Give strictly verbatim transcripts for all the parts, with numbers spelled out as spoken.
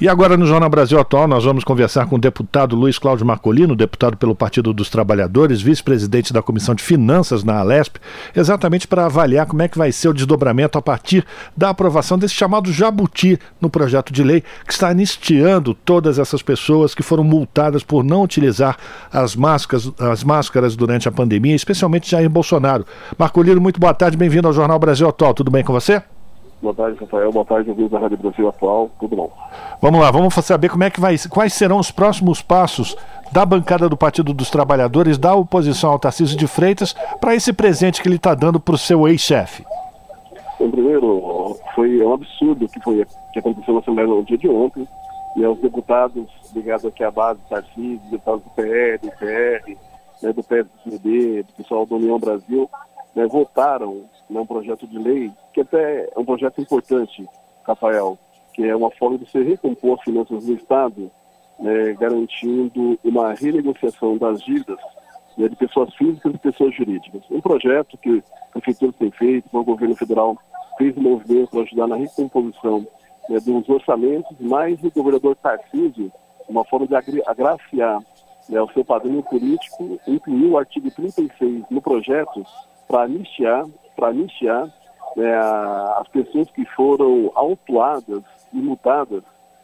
E agora no Jornal Brasil Atual nós vamos conversar com o deputado Luiz Cláudio Marcolino, deputado pelo Partido dos Trabalhadores, vice-presidente da Comissão de Finanças na Alesp, exatamente para avaliar como é que vai ser o desdobramento a partir da aprovação desse chamado jabuti no projeto de lei que está anistiando todas essas pessoas que foram multadas por não utilizar as máscaras, as máscaras durante a pandemia, especialmente Jair Bolsonaro. Marcolino, muito boa tarde, bem-vindo ao Jornal Brasil Atual, tudo bem com você? Boa tarde, Rafael. Boa tarde, ouvintes da Rádio Brasil Atual. Tudo bom? Vamos lá, vamos saber como é que vai, quais serão os próximos passos da bancada do Partido dos Trabalhadores, da oposição ao Tarcísio de Freitas, para esse presente que ele está dando para o seu ex-chefe. Bom, primeiro, foi um absurdo que, foi, que aconteceu na Assembleia no dia de ontem, e aos deputados ligados aqui à base do Tarcísio, deputados do P L, do P R, né, do P S D B, do pessoal da União Brasil, né, votaram num projeto de lei, que até é um projeto importante, Rafael, que é uma forma de se recompor as finanças do Estado, né, garantindo uma renegociação das dívidas, né, de pessoas físicas e pessoas jurídicas. Um projeto que a Prefeitura tem feito, o governo federal fez um movimento para ajudar na recomposição, né, dos orçamentos, mas o governador Tarcísio, uma forma de agraciar, né, o seu padrinho político, incluiu o artigo trinta e seis no projeto para anistiar, para anistiar né, as pessoas que foram autuadas e multadas,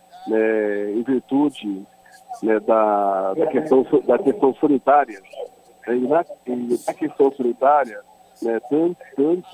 né, em virtude, né, da, da, questão, da questão sanitária. E na, e na questão sanitária, né, tanto, tanto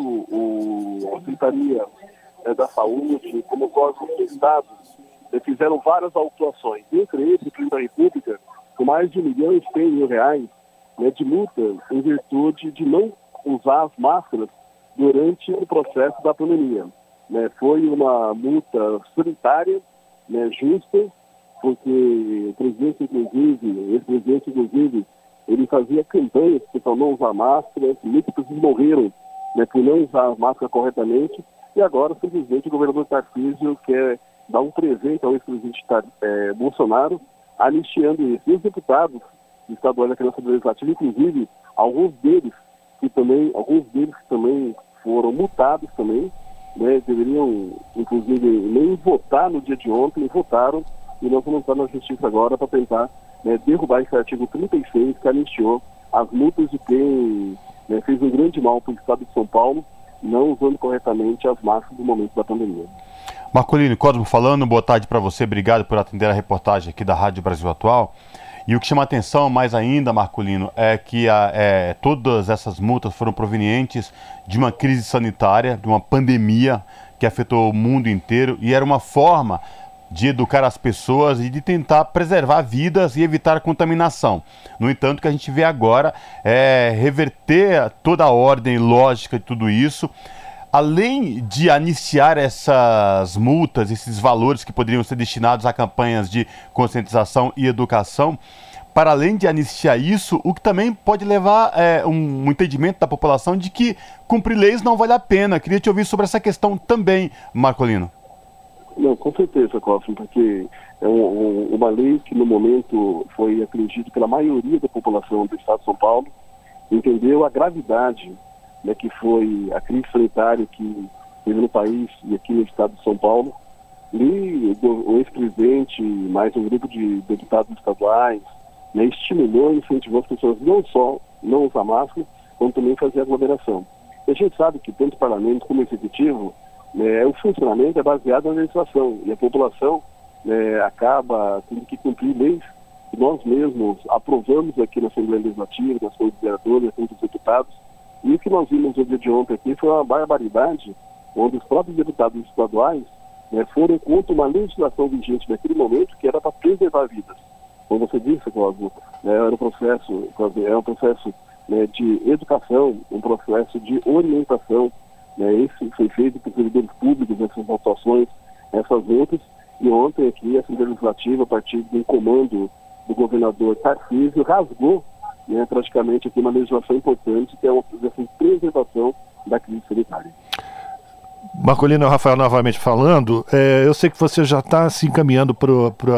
o, a Secretaria, né, da Saúde como o Código do Estado, né, fizeram várias autuações, entre eles o Presidente da República, com mais de um milhão e cem mil reais, né, de multa em virtude de não usar as máscaras durante o processo da pandemia. Né, foi uma multa sanitária, né, justa, porque o presidente, inclusive, esse presidente, inclusive, ele fazia campanhas para não usar máscara, muitas pessoas morreram, né, por não usar a máscara corretamente, e agora, simplesmente, o governador Tarcísio quer dar um presente ao ex-presidente é, Bolsonaro, anistiando isso. E os deputados estaduais da Câmara Legislativa, inclusive, alguns deles que também, alguns deles que também foram multados também, né, deveriam, inclusive, nem votar no dia de ontem, votaram, e nós vamos entrar na justiça agora para tentar, né, derrubar esse artigo trinta e seis que anistiou as multas de quem, né, fez um grande mal para o estado de São Paulo, não usando corretamente as máscaras no momento da pandemia. Marcolino, Cosmo falando, boa tarde para você, obrigado por atender a reportagem aqui da Rádio Brasil Atual. E o que chama atenção mais ainda, Marcolino, é que a, é, todas essas multas foram provenientes de uma crise sanitária, de uma pandemia que afetou o mundo inteiro, e era uma forma de educar as pessoas e de tentar preservar vidas e evitar a contaminação. No entanto, o que a gente vê agora é reverter toda a ordem lógica de tudo isso, além de anistiar essas multas, esses valores que poderiam ser destinados a campanhas de conscientização e educação, para além de anistiar isso, o que também pode levar é, um, um entendimento da população de que cumprir leis não vale a pena. Queria te ouvir sobre essa questão também, Marcolino. Não, com certeza, Cosmo, porque é um, um, uma lei que no momento foi acredito pela maioria da população do estado de São Paulo, entendeu a gravidade, né, que foi a crise sanitária que teve no país e aqui no estado de São Paulo, e o, o ex-presidente, mais um grupo de deputados estaduais, né, estimulou e incentivou as pessoas não só não usar máscara, como também fazer aglomeração. E a gente sabe que tanto o parlamento como o executivo, né, o funcionamento é baseado na legislação, e a população, né, acaba tendo que cumprir leis que nós mesmos aprovamos aqui na Assembleia Legislativa, nas Câmaras de Vereadores, na Câmara dos Deputados. E o que nós vimos no dia de ontem aqui foi uma barbaridade, onde os próprios deputados estaduais, né, foram contra uma legislação vigente naquele momento que era para preservar vidas. Como você disse, Cosmo, né, era um processo, era um processo né, de educação, um processo de orientação. Né, isso foi feito por servidores públicos, essas atuações, essas outras. E ontem aqui a Assembleia Legislativa, a partir do comando do governador Tarcísio, rasgou, né, praticamente aqui uma legislação importante, que é uma preservação da crise sanitária. Marcolino, é o Rafael novamente falando. É, eu sei que você já está se encaminhando para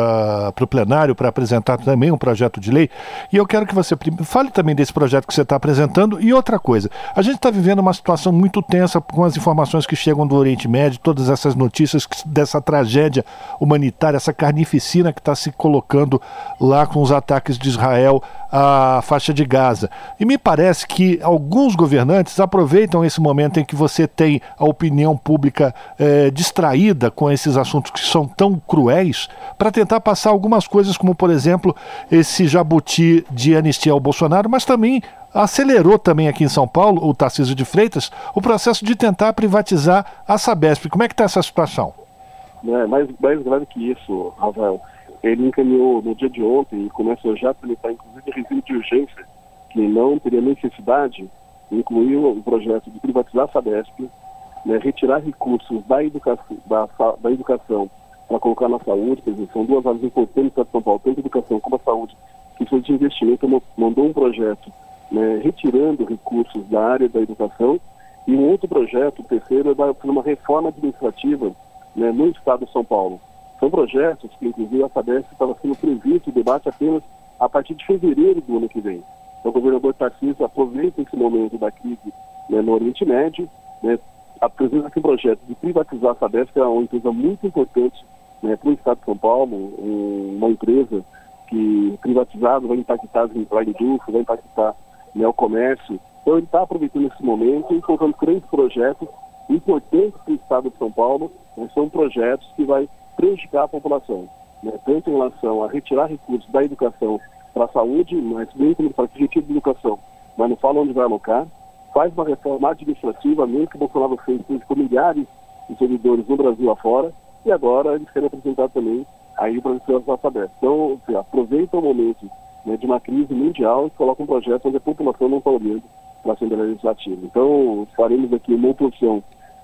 o plenário para apresentar também um projeto de lei, e eu quero que você fale também desse projeto que você está apresentando. E outra coisa, a gente está vivendo uma situação muito tensa com as informações que chegam do Oriente Médio, todas essas notícias dessa tragédia humanitária, essa carnificina que está se colocando lá com os ataques de Israel à faixa de Gaza. E me parece que alguns governantes aproveitam esse momento em que você tem a opinião pública eh, distraída com esses assuntos que são tão cruéis, para tentar passar algumas coisas, como por exemplo esse jabuti de anistia ao Bolsonaro, mas também acelerou também aqui em São Paulo, o Tarcísio de Freitas, o processo de tentar privatizar a Sabesp. Como é que está essa situação? É, mais, mais grave que isso, Rafael. Ele encaminhou no dia de ontem e começou já a tramitar, inclusive, regime de urgência, que não teria necessidade, incluiu o projeto de privatizar a Sabesp, né, retirar recursos da educação, da, da educação para colocar na saúde. Quer dizer, são duas áreas importantes do Estado de São Paulo, tanto a educação como a saúde, que foi de investimento, mandou um projeto, né, retirando recursos da área da educação, e um outro projeto, o terceiro, é da, uma reforma administrativa, né, no Estado de São Paulo. São projetos que, inclusive, a Sabesp estava sendo previsto o debate apenas a partir de fevereiro do ano que vem. Então, o governador Tarcísio aproveita esse momento da crise, né, no Oriente Médio, né, apresenta aqui um projeto de privatizar a Sabesp, que é uma empresa muito importante, né, para o Estado de São Paulo, um, uma empresa que, privatizado, vai impactar a indústria, vai impactar, né, o comércio. Então, ele está aproveitando esse momento e colocando grandes projetos importantes para o Estado de São Paulo, né, são projetos que vai prejudicar a população, né, tanto em relação a retirar recursos da educação para a saúde, mas bem como para que retire da educação, mas não fala onde vai alocar, faz uma reforma administrativa, mesmo que o Bolsonaro fez com milhares de servidores no Brasil afora, e agora eles querem apresentar também aí para a Sabesp. Então, assim, aproveita o momento, né, de uma crise mundial e coloca um projeto onde a população não está olhando para a Assembleia Legislativa. Então, faremos aqui uma oposição,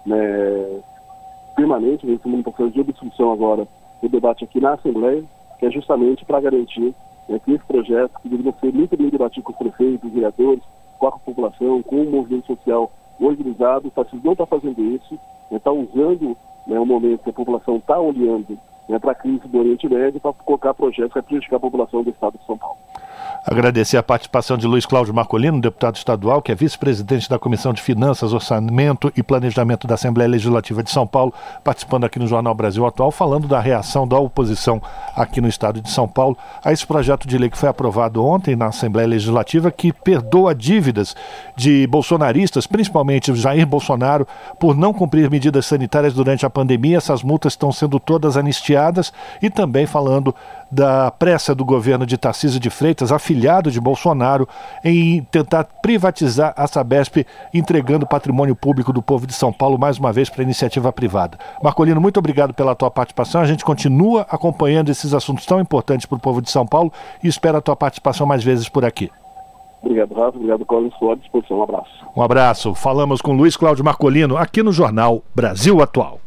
né, permanente, nesse processo de obstrução agora do debate aqui na Assembleia, que é justamente para garantir, né, que esse projeto, que deveria ser muito bem debatido com os prefeitos, os vereadores, com a população, com o movimento social organizado, o Tarcísio não está fazendo isso, está, né, usando, né, o momento que a população está olhando, né, para a crise do Oriente Médio para colocar projetos que vai prejudicar a população do Estado de São Paulo. Agradecer a participação de Luiz Cláudio Marcolino, deputado estadual, que é vice-presidente da Comissão de Finanças, Orçamento e Planejamento da Assembleia Legislativa de São Paulo, participando aqui no Jornal Brasil Atual, falando da reação da oposição aqui no estado de São Paulo a esse projeto de lei que foi aprovado ontem na Assembleia Legislativa, que perdoa dívidas de bolsonaristas, principalmente Jair Bolsonaro, por não cumprir medidas sanitárias durante a pandemia. Essas multas estão sendo todas anistiadas, e também falando da pressa do governo de Tarcísio de Freitas, afilhado de Bolsonaro, em tentar privatizar a Sabesp, entregando patrimônio público do povo de São Paulo mais uma vez para a iniciativa privada. Marcolino, muito obrigado pela tua participação. A gente continua acompanhando esses assuntos tão importantes para o povo de São Paulo e espera a tua participação mais vezes por aqui. Obrigado, Rafa. Obrigado, Colin. Estou à disposição. Um abraço. Um abraço. Falamos com Luiz Cláudio Marcolino aqui no Jornal Brasil Atual.